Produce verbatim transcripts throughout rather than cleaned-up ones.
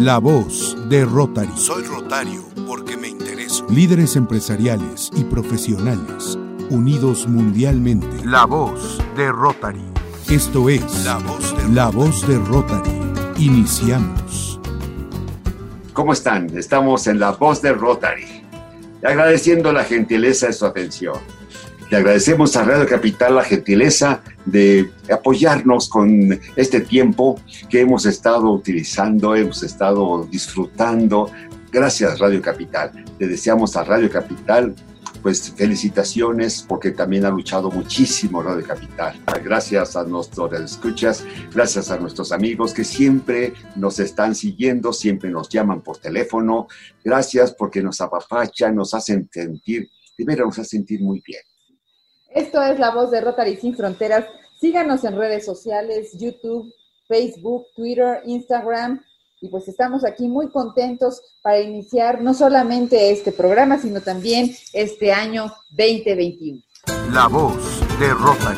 La voz de Rotary. Soy Rotario porque me intereso. Líderes empresariales y profesionales unidos mundialmente. La voz de Rotary. Esto es La voz de, La voz de Rotary. Iniciamos. ¿Cómo están? Estamos en La voz de Rotary, agradeciendo la gentileza de su atención. Le agradecemos a Radio Capital la gentileza de apoyarnos con este tiempo que hemos estado utilizando, hemos estado disfrutando. Gracias, Radio Capital. Le deseamos a Radio Capital, pues, felicitaciones, porque también ha luchado muchísimo Radio Capital. Gracias a nuestros escuchas, gracias a nuestros amigos que siempre nos están siguiendo, siempre nos llaman por teléfono. Gracias porque nos apapachan, nos hacen sentir, de veras nos hacen sentir muy bien. Esto es La Voz de Rotary Sin Fronteras. Síganos en redes sociales, YouTube, Facebook, Twitter, Instagram. Y pues estamos aquí muy contentos para iniciar no solamente este programa, sino también este año veinte veintiuno. La Voz de Rotary.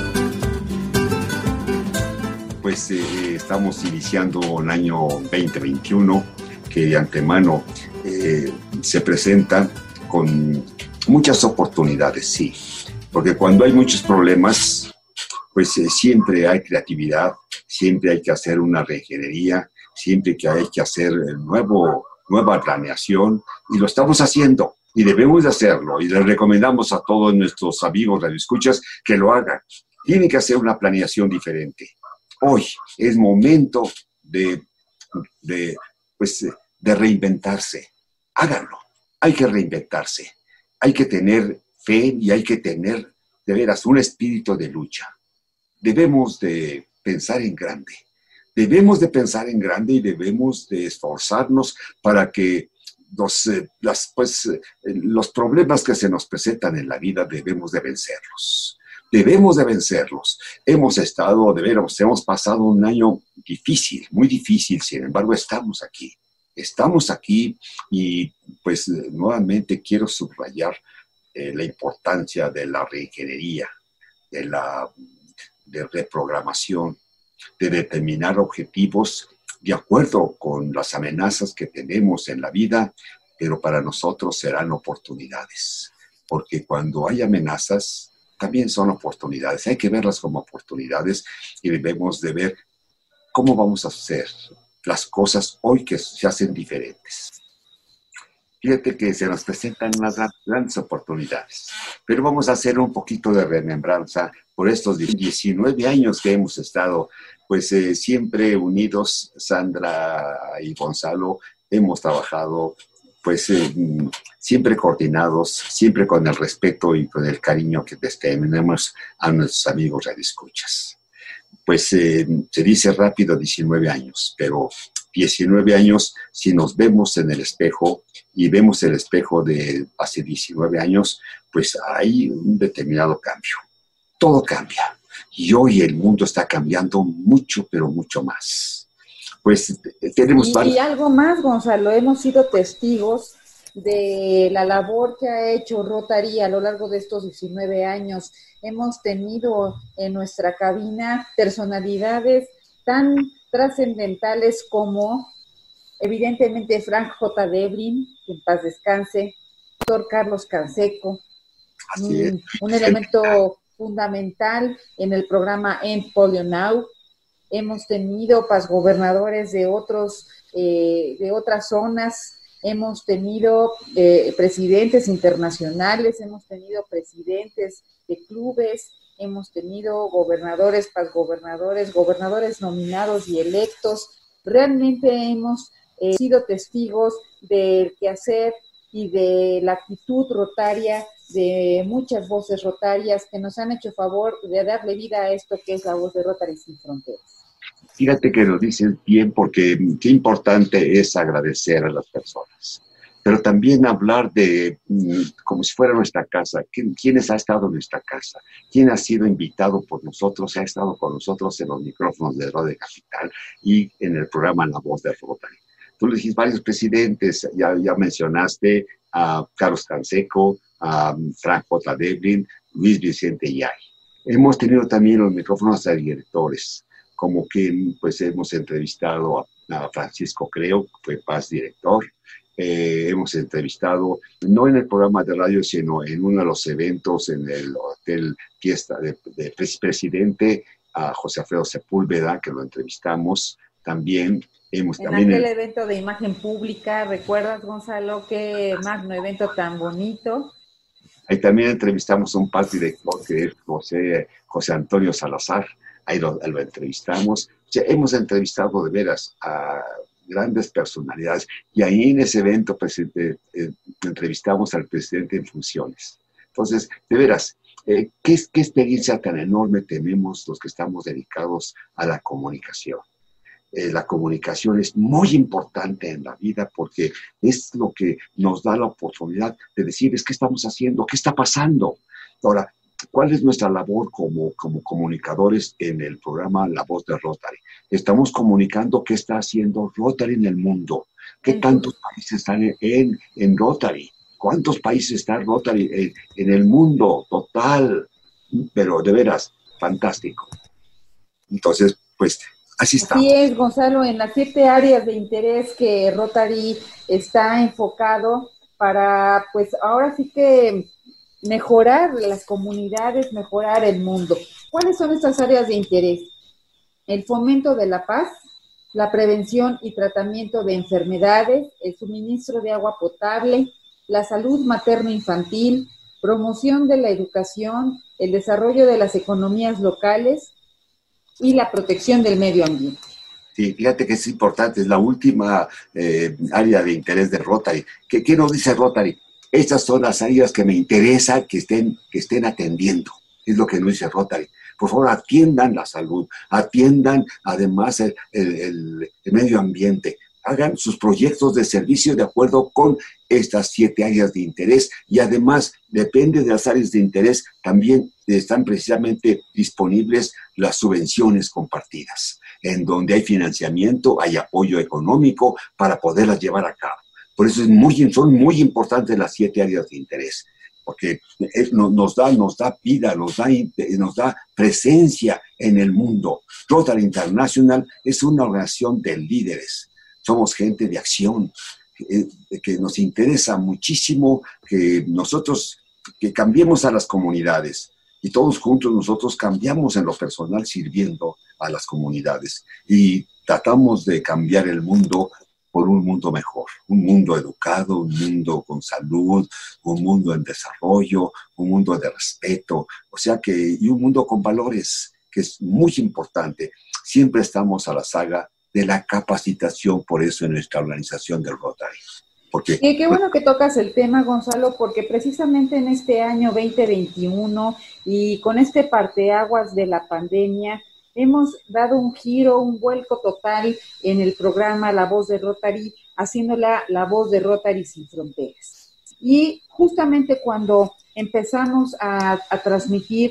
Pues eh, estamos iniciando un año veinte veintiuno que de antemano eh, se presenta con muchas oportunidades, sí. Porque cuando hay muchos problemas, pues eh, siempre hay creatividad, siempre hay que hacer una reingeniería, siempre que hay que hacer nuevo, nueva planeación, y lo estamos haciendo, y debemos de hacerlo, y les recomendamos a todos nuestros amigos radioescuchas que lo hagan. Tienen que hacer una planeación diferente. Hoy es momento de, de, pues, de reinventarse. Háganlo. Hay que reinventarse. Hay que tener fe y hay que tener, de veras, un espíritu de lucha. Debemos de pensar en grande. Debemos de pensar en grande y debemos de esforzarnos para que los, eh, las, pues, eh, los problemas que se nos presentan en la vida debemos de vencerlos. Debemos de vencerlos. Hemos estado, de veras, hemos pasado un año difícil, muy difícil, sin embargo, estamos aquí. Estamos aquí y, pues, nuevamente quiero subrayar Eh, la importancia de la reingeniería, de la de reprogramación, de determinar objetivos de acuerdo con las amenazas que tenemos en la vida, pero para nosotros serán oportunidades, porque cuando hay amenazas, también son oportunidades. Hay que verlas como oportunidades y debemos de ver cómo vamos a hacer las cosas hoy que se hacen diferentes. Fíjate que se nos presentan unas grandes oportunidades, pero vamos a hacer un poquito de remembranza por estos diecinueve años que hemos estado, pues eh, siempre unidos. Sandra y Gonzalo hemos trabajado, pues eh, siempre coordinados, siempre con el respeto y con el cariño que les tenemos a nuestros amigos radioescuchas. Pues eh, se dice rápido diecinueve años, pero diecinueve años, si nos vemos en el espejo y vemos el espejo de hace diecinueve años, pues hay un determinado cambio. Todo cambia. Y hoy el mundo está cambiando mucho, pero mucho más. Pues tenemos... Y, varios... y algo más, Gonzalo, hemos sido testigos de la labor que ha hecho Rotary a lo largo de estos diecinueve años. Hemos tenido en nuestra cabina personalidades tan trascendentales como, evidentemente, Frank J. Devlin, que en paz descanse, doctor Carlos Canseco, un, un elemento fundamental en el programa End Polio Now. Hemos tenido pasgobernadores de otros, eh, de otras zonas. Hemos tenido eh, presidentes internacionales, hemos tenido presidentes de clubes, hemos tenido gobernadores, pasgobernadores, gobernadores nominados y electos. Realmente hemos eh, sido testigos del quehacer y de la actitud rotaria de muchas voces rotarias que nos han hecho favor de darle vida a esto que es la voz de Rotary Sin Fronteras. Fíjate que lo dices bien, porque qué importante es agradecer a las personas, pero también hablar de como si fuera nuestra casa. ¿Quién, quiénes ha estado en nuestra casa? ¿Quién ha sido invitado por nosotros? Ha estado con nosotros en los micrófonos de Radio Capital y en el programa La Voz de Rotary. Tú le dijiste varios presidentes, ya, ya mencionaste a Carlos Canseco, a Frank J. Devlin, Luis Vicente Yay. Hemos tenido también los micrófonos de directores. como que pues hemos entrevistado a, a Francisco Creo, que fue Paz director. Eh, hemos entrevistado, no en el programa de radio, sino en uno de los eventos en el Hotel Fiesta de, de Presidente, a José Alfredo Sepúlveda, que lo entrevistamos también. Hemos en también aquel el, evento de imagen pública, ¿recuerdas, Gonzalo, qué magno evento tan bonito? Ahí también entrevistamos a un par director que es José, José Antonio Salazar, ahí lo, lo entrevistamos. O sea, hemos entrevistado de veras a grandes personalidades, y ahí en ese evento pues, eh, eh, entrevistamos al presidente en funciones. Entonces, de veras, eh, ¿qué, qué experiencia tan enorme tenemos los que estamos dedicados a la comunicación? Eh, la comunicación es muy importante en la vida porque es lo que nos da la oportunidad de decir, es qué estamos haciendo, qué está pasando. Ahora, ¿cuál es nuestra labor como, como comunicadores en el programa La Voz de Rotary? Estamos comunicando qué está haciendo Rotary en el mundo, qué tantos países están en, en, en Rotary, cuántos países está Rotary en, en el mundo total, pero de veras, fantástico. Entonces, pues, así está. Así es, Gonzalo, en las siete áreas de interés que Rotary está enfocado para, pues, ahora sí que mejorar las comunidades, mejorar el mundo. ¿Cuáles son estas áreas de interés? El fomento de la paz, la prevención y tratamiento de enfermedades, el suministro de agua potable, la salud materno-infantil, promoción de la educación, el desarrollo de las economías locales y la protección del medio ambiente. Sí, fíjate que es importante, es la última eh, área de interés de Rotary. ¿Qué, qué nos dice Rotary? Estas son las áreas que me interesa que estén, que estén atendiendo. Es lo que nos dice Rotary. Por favor, atiendan la salud, atiendan además el, el, el, el medio ambiente. Hagan sus proyectos de servicio de acuerdo con estas siete áreas de interés y además, depende de las áreas de interés, también están precisamente disponibles las subvenciones compartidas, en donde hay financiamiento, hay apoyo económico para poderlas llevar a cabo. Por eso es muy, son muy importantes las siete áreas de interés, porque es, no, nos, da, nos da vida, nos da, nos da presencia en el mundo. Rotary International es una organización de líderes. Somos gente de acción, eh, que nos interesa muchísimo que nosotros, que cambiemos a las comunidades. Y todos juntos nosotros cambiamos en lo personal sirviendo a las comunidades. Y tratamos de cambiar el mundo por un mundo mejor, un mundo educado, un mundo con salud, un mundo en desarrollo, un mundo de respeto, o sea que, y un mundo con valores, que es muy importante. Siempre estamos a la saga de la capacitación, por eso en nuestra organización del Rotary. Porque, y qué bueno que tocas el tema, Gonzalo, porque precisamente en este año veinte veintiuno y con este parteaguas de la pandemia, hemos dado un giro, un vuelco total en el programa La Voz de Rotary, haciéndola La Voz de Rotary Sin Fronteras. Y justamente cuando empezamos a, a transmitir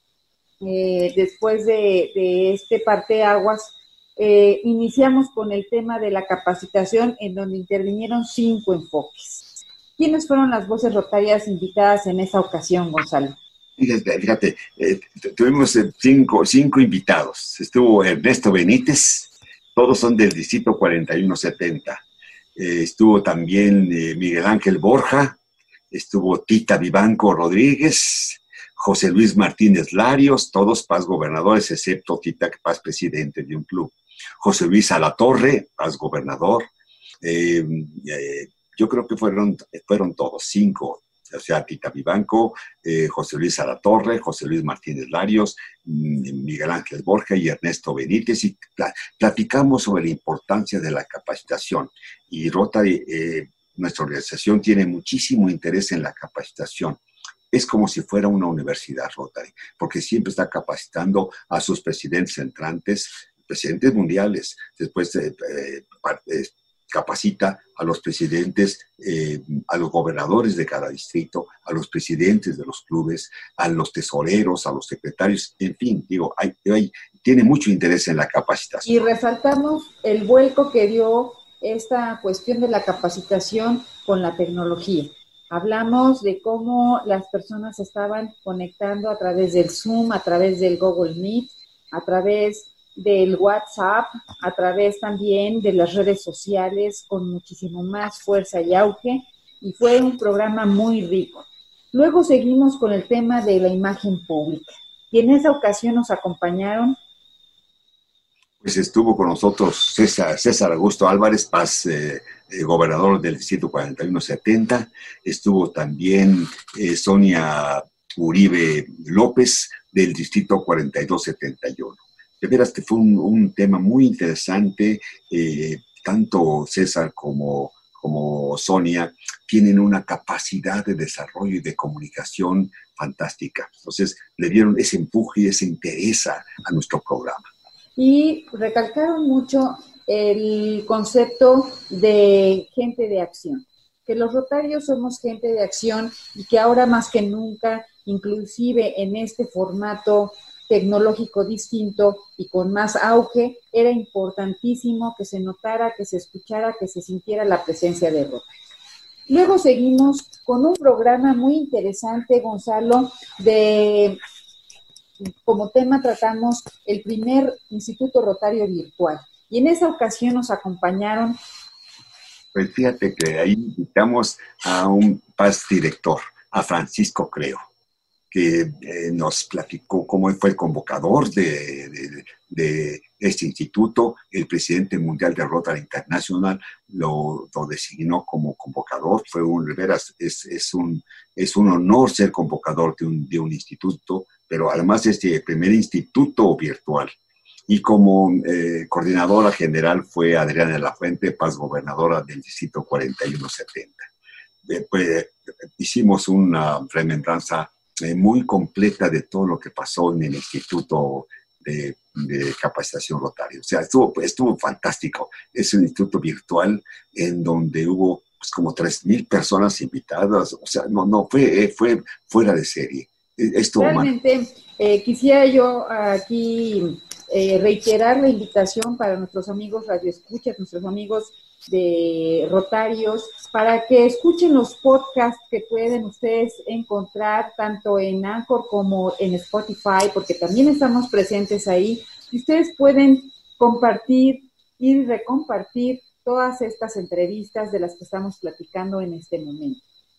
eh, después de, de este parteaguas, eh, iniciamos con el tema de la capacitación, en donde intervinieron cinco enfoques. ¿Quiénes fueron las voces rotarias invitadas en esa ocasión, Gonzalo? Fíjate, fíjate eh, tuvimos cinco, cinco invitados. Estuvo Ernesto Benítez, todos son del distrito cuarenta y uno setenta. Eh, estuvo también eh, Miguel Ángel Borja, estuvo Tita Vivanco Rodríguez, José Luis Martínez Larios, todos paz gobernadores, excepto Tita, que paz presidente de un club. José Luis Alatorre, paz gobernador. Eh, eh, yo creo que fueron, fueron todos, cinco. O sea, Tita Vivanco, eh, José Luis Alatorre, José Luis Martínez Larios, Miguel Ángel Borja y Ernesto Benítez, y platicamos sobre la importancia de la capacitación. Y Rotary, eh, nuestra organización, tiene muchísimo interés en la capacitación. Es como si fuera una universidad Rotary, porque siempre está capacitando a sus presidentes entrantes, presidentes mundiales, después eh, eh, capacita a los presidentes, eh, a los gobernadores de cada distrito, a los presidentes de los clubes, a los tesoreros, a los secretarios, en fin, digo, hay, hay, tiene mucho interés en la capacitación. Y resaltamos el vuelco que dio esta cuestión de la capacitación con la tecnología. Hablamos de cómo las personas estaban conectando a través del Zoom, a través del Google Meet, a través del WhatsApp, a través también de las redes sociales con muchísimo más fuerza y auge, y fue un programa muy rico. Luego seguimos con el tema de la imagen pública, y en esa ocasión nos acompañaron. Pues estuvo con nosotros César, César Augusto Álvarez Paz, eh, eh, gobernador del distrito cuarenta y uno setenta. Estuvo también eh, Sonia Uribe López del distrito cuarenta y dos setenta y uno. De veras que fue un, un tema muy interesante. Eh, tanto César como, como Sonia tienen una capacidad de desarrollo y de comunicación fantástica. Entonces le dieron ese empuje y ese interés a, a nuestro programa. Y recalcaron mucho el concepto de gente de acción, que los rotarios somos gente de acción y que ahora más que nunca, inclusive en este formato tecnológico distinto y con más auge, era importantísimo que se notara, que se escuchara, que se sintiera la presencia de Rotary. Luego seguimos con un programa muy interesante, Gonzalo, de... Como tema tratamos el primer Instituto Rotario Virtual. Y en esa ocasión nos acompañaron. Pues fíjate que ahí invitamos a un paz director, a Francisco Creo, que eh, nos platicó cómo fue el convocador de, de, de este instituto. El presidente mundial de Rotary International lo, lo designó como convocador. Fue un, de veras, es, es, un, es un honor ser convocador de un, de un instituto, pero además este primer instituto virtual. Y como eh, coordinadora general fue Adriana de la Fuente, Paz gobernadora del distrito cuarenta y uno setenta. Eh, pues, hicimos una remembranza eh, muy completa de todo lo que pasó en el Instituto de, de Capacitación Rotaria. O sea, estuvo, estuvo fantástico. Es un instituto virtual en donde hubo pues, como tres mil personas invitadas. O sea, no, no fue, eh, fue fuera de serie. Estuvo Realmente eh, quisiera yo aquí eh, reiterar la invitación para nuestros amigos radioescuchas, nuestros amigos de Rotarios, para que escuchen los podcasts que pueden ustedes encontrar tanto en Anchor como en Spotify, porque también estamos presentes ahí, y ustedes pueden compartir y recompartir todas estas entrevistas de las que estamos platicando en este momento.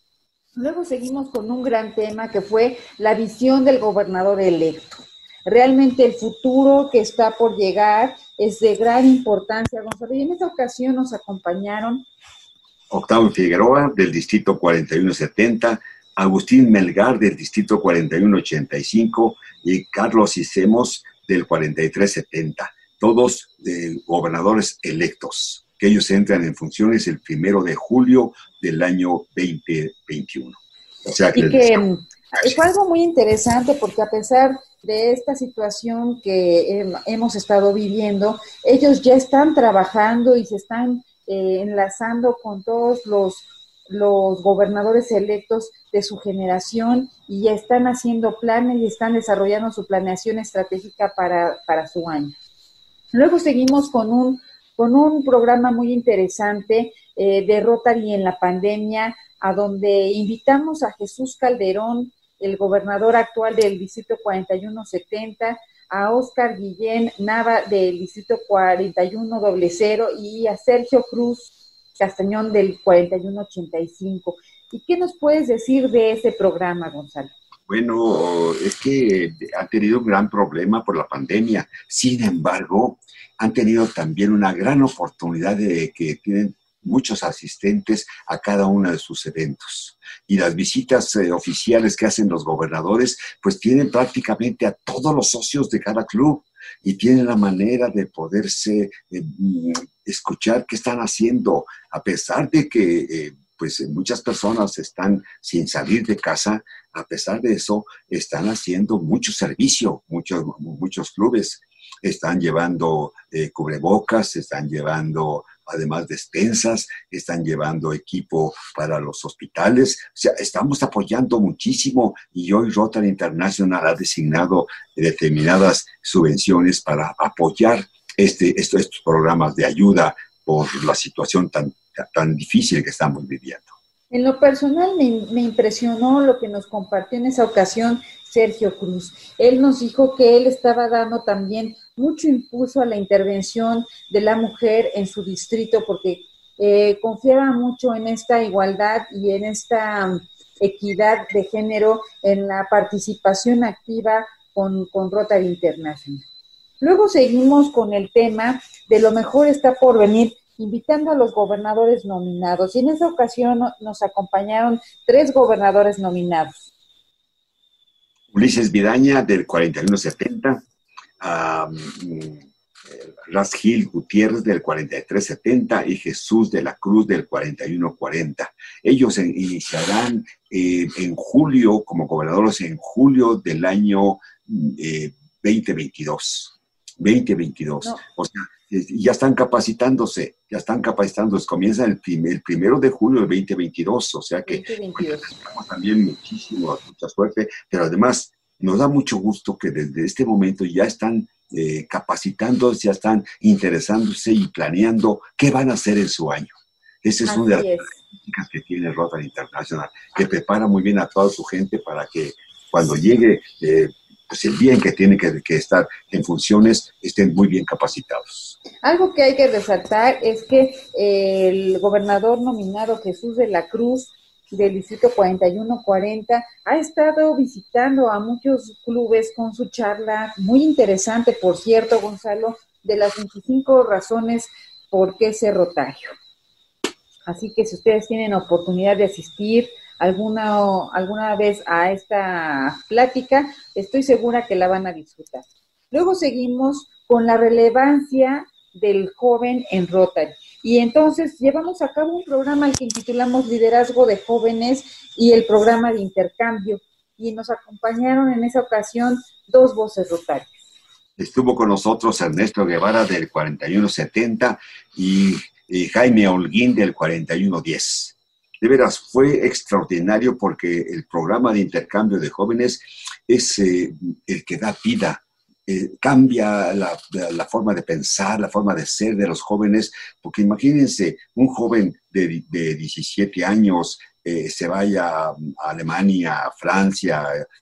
Luego seguimos con un gran tema que fue la visión del gobernador electo. Realmente el futuro que está por llegar es de gran importancia, Gonzalo. Y en esta ocasión nos acompañaron Octavio Figueroa del distrito cuarenta y uno setenta, Agustín Melgar del distrito cuarenta y uno ochenta y cinco y Carlos Isemos del cuarenta y tres setenta. Todos eh, gobernadores electos, que ellos entran en funciones el primero de julio del año veinte veintiuno. O sea que, y que les... fue algo muy interesante porque a pesar de esta situación que eh, hemos estado viviendo, ellos ya están trabajando y se están eh, enlazando con todos los, los gobernadores electos de su generación y ya están haciendo planes y están desarrollando su planeación estratégica para, para su año. Luego seguimos con un con un programa muy interesante eh, de Rotary en la pandemia, a donde invitamos a Jesús Calderón, el gobernador actual del distrito cuarenta y uno setenta, a Óscar Guillén Nava del distrito cuarenta y uno cero y a Sergio Cruz Castañón del cuarenta y uno ochenta y cinco. ¿Y qué nos puedes decir de ese programa, Gonzalo? Bueno, es que han tenido un gran problema por la pandemia. Sin embargo, han tenido también una gran oportunidad de que tienen muchos asistentes a cada uno de sus eventos. Y las visitas eh, oficiales que hacen los gobernadores, pues tienen prácticamente a todos los socios de cada club y tienen la manera de poderse eh, escuchar qué están haciendo, a pesar de que eh, pues muchas personas están sin salir de casa. A pesar de eso, están haciendo mucho servicio, muchos, muchos clubes están llevando eh, cubrebocas, están llevando además despensas, están llevando equipo para los hospitales. O sea, estamos apoyando muchísimo y hoy Rotary International ha designado determinadas subvenciones para apoyar este, estos, estos programas de ayuda por la situación tan, tan difícil que estamos viviendo. En lo personal me, me impresionó lo que nos compartió en esa ocasión Sergio Cruz. Él nos dijo que él estaba dando también mucho impulso a la intervención de la mujer en su distrito porque eh, confiaba mucho en esta igualdad y en esta um, equidad de género en la participación activa con, con Rotary International. Luego seguimos con el tema de lo mejor está por venir, invitando a los gobernadores nominados. Y en esa ocasión nos acompañaron tres gobernadores nominados. Ulises Vidaña, del cuarenta y uno setenta, um, Ras Gil Gutiérrez, del cuarenta y tres setenta, y Jesús de la Cruz, del cuarenta y uno cuarenta. Ellos iniciarán eh, en julio, como gobernadores, en julio del año eh, veinte veintidós. veinte veintidós. No. O sea, ya están capacitándose, ya están capacitándose, comienzan el, prim el primero de julio del veinte veintidós, o sea que pues, esperamos también muchísimo, mucha suerte, pero además nos da mucho gusto que desde este momento ya están eh, capacitándose, ya están interesándose y planeando qué van a hacer en su año. Esa es Así una de las características que tiene Rotary International, que prepara muy bien a toda su gente para que cuando llegue eh, pues el día en que tienen que, que estar en funciones, estén muy bien capacitados. Algo que hay que resaltar es que el gobernador nominado Jesús de la Cruz, del distrito cuarenta y uno cuarenta, ha estado visitando a muchos clubes con su charla, muy interesante, por cierto, Gonzalo, de las veinticinco razones por qué ser rotario. Así que si ustedes tienen oportunidad de asistir alguna, alguna vez a esta plática, estoy segura que la van a disfrutar. Luego seguimos con la relevancia del joven en Rotary. Y entonces llevamos a cabo un programa al que intitulamos Liderazgo de Jóvenes y el programa de intercambio. Y nos acompañaron en esa ocasión dos voces rotarias. Estuvo con nosotros Ernesto Guevara del cuarenta y uno setenta y, y Jaime Holguín del cuarenta y uno diez. De veras, fue extraordinario porque el programa de intercambio de jóvenes es eh, el que da vida. Eh, cambia la, la forma de pensar, la forma de ser de los jóvenes, porque imagínense, un joven de, de diecisiete años eh, se vaya a Alemania, a Francia,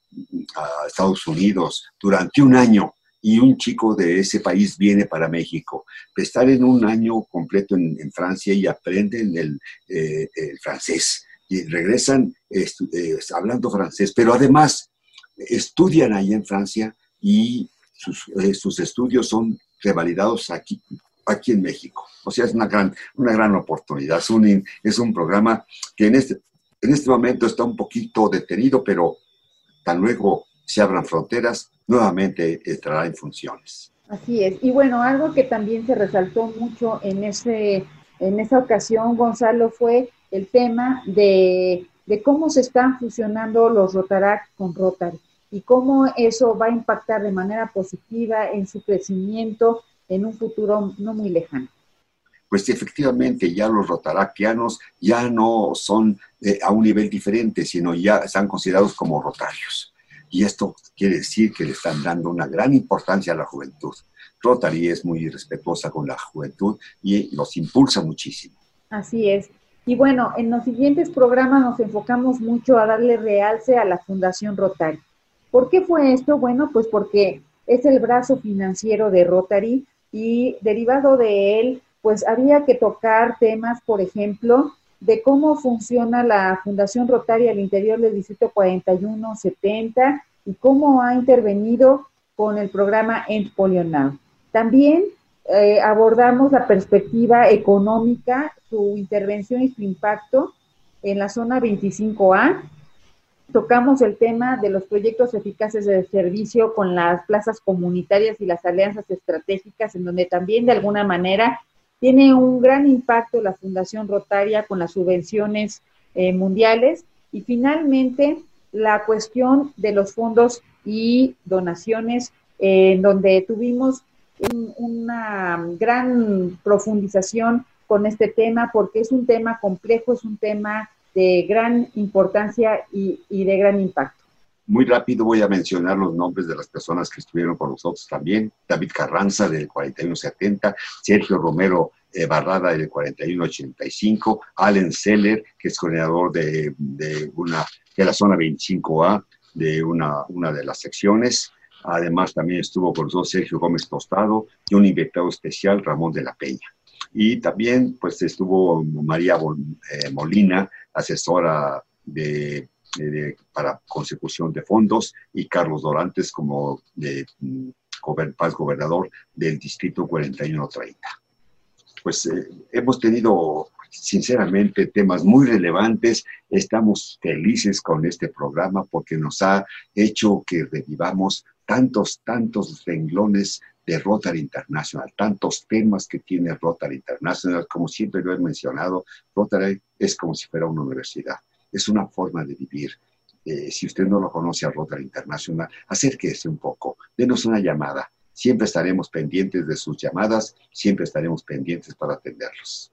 a Estados Unidos durante un año, y un chico de ese país viene para México. Estar en un año completo en, en Francia y aprenden el, eh, el francés, y regresan eh, hablando francés, pero además estudian ahí en Francia y Sus, eh, sus estudios son revalidados aquí, aquí en México. O sea, es una gran, una gran oportunidad. Es un, es un programa que en este, en este momento está un poquito detenido, pero tan luego se abran fronteras, nuevamente entrará en funciones. Así es. Y bueno, algo que también se resaltó mucho en, ese, en esa ocasión, Gonzalo, fue el tema de, de cómo se están fusionando los Rotaract con Rotary, y cómo eso va a impactar de manera positiva en su crecimiento en un futuro no muy lejano. Pues efectivamente ya los rotaractianos ya no son eh, a un nivel diferente, sino ya están considerados como rotarios. Y esto quiere decir que le están dando una gran importancia a la juventud. Rotary es muy respetuosa con la juventud y los impulsa muchísimo. Así es. Y bueno, en los siguientes programas nos enfocamos mucho a darle realce a la Fundación Rotary. ¿Por qué fue esto? Bueno, pues porque es el brazo financiero de Rotary y derivado de él, pues había que tocar temas, por ejemplo, de cómo funciona la Fundación Rotary al interior del distrito cuarenta y uno setenta y cómo ha intervenido con el programa End Polio Now. También eh, abordamos la perspectiva económica, su intervención y su impacto en la zona veinticinco A. Tocamos el tema de los proyectos eficaces de servicio con las plazas comunitarias y las alianzas estratégicas, en donde también de alguna manera tiene un gran impacto la Fundación Rotaria con las subvenciones eh, mundiales. Y finalmente, la cuestión de los fondos y donaciones, eh, en donde tuvimos un, una gran profundización con este tema, porque es un tema complejo, es un tema de gran importancia y, y de gran impacto. Muy rápido voy a mencionar los nombres de las personas que estuvieron con nosotros también. David Carranza, del cuarenta y uno setenta, Sergio Romero eh, Barrada del cuarenta y uno ochenta y cinco, Allen Seller, que es coordinador de, de, una, de la zona veinticinco A, de una, una de las secciones. Además, también estuvo con nosotros Sergio Gómez Tostado y un invitado especial, Ramón de la Peña. Y también pues estuvo María Molina, asesora de, de, para consecución de fondos, y Carlos Dorantes como de, paz gobernador del distrito cuarenta y uno treinta. Pues eh, hemos tenido sinceramente temas muy relevantes. Estamos felices con este programa porque nos ha hecho que revivamos tantos, tantos renglones de Rotary International, tantos temas que tiene Rotary International. Como siempre lo he mencionado, Rotary es como si fuera una universidad, es una forma de vivir. Eh, si usted no lo conoce a Rotary International, acérquese un poco, denos una llamada. Siempre estaremos pendientes de sus llamadas, siempre estaremos pendientes para atenderlos.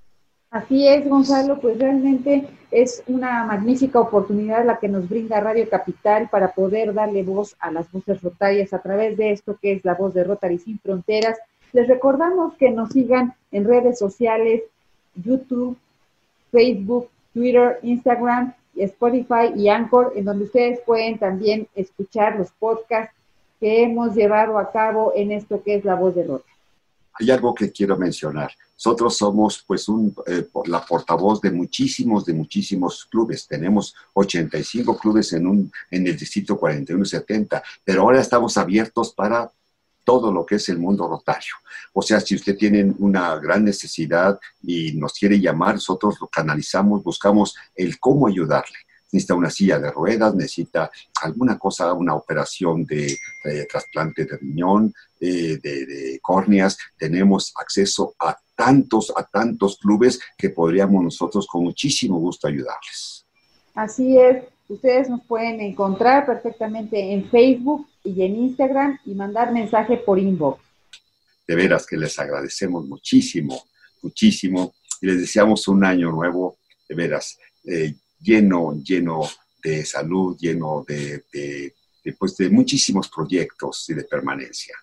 Así es, Gonzalo, pues realmente es una magnífica oportunidad la que nos brinda Radio Capital para poder darle voz a las voces rotarias a través de esto que es la voz de Rotary Sin Fronteras. Les recordamos que nos sigan en redes sociales, YouTube, Facebook, Twitter, Instagram, Spotify y Anchor, en donde ustedes pueden también escuchar los podcasts que hemos llevado a cabo en esto que es la voz de Rotary. Hay algo que quiero mencionar. Nosotros somos pues un, eh, la portavoz de muchísimos, de muchísimos clubes. Tenemos ochenta y cinco clubes en, un, en el distrito cuarenta y uno setenta, pero ahora estamos abiertos para todo lo que es el mundo rotario. O sea, si usted tiene una gran necesidad y nos quiere llamar, nosotros lo canalizamos, buscamos el cómo ayudarle. Necesita una silla de ruedas, necesita alguna cosa, una operación de, de trasplante de riñón, eh, de, de córneas. Tenemos acceso a tantos, a tantos clubes que podríamos nosotros con muchísimo gusto ayudarles. Así es, ustedes nos pueden encontrar perfectamente en Facebook y en Instagram y mandar mensaje por inbox. De veras que les agradecemos muchísimo, muchísimo, y les deseamos un año nuevo, de veras, eh, lleno, lleno de salud, lleno de, de, de, pues de muchísimos proyectos y de permanencia.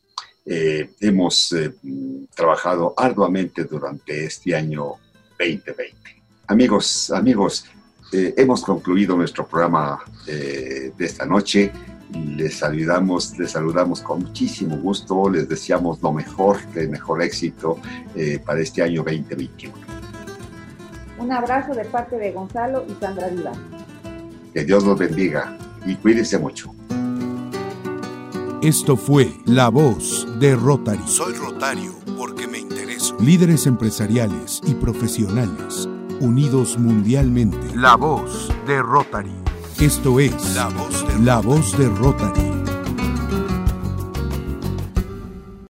Eh, hemos eh, trabajado arduamente durante este año veinte veinte. Amigos, amigos, eh, hemos concluido nuestro programa eh, de esta noche. Les saludamos, les saludamos con muchísimo gusto, les deseamos lo mejor, el mejor éxito eh, para este año veinte veintiuno. Un abrazo de parte de Gonzalo y Sandra Vivas. Que Dios los bendiga y cuídense mucho. Esto fue La Voz de Rotary. Soy Rotario porque me intereso. Líderes empresariales y profesionales unidos mundialmente. La Voz de Rotary. Esto es La Voz de, La Voz de Rotary.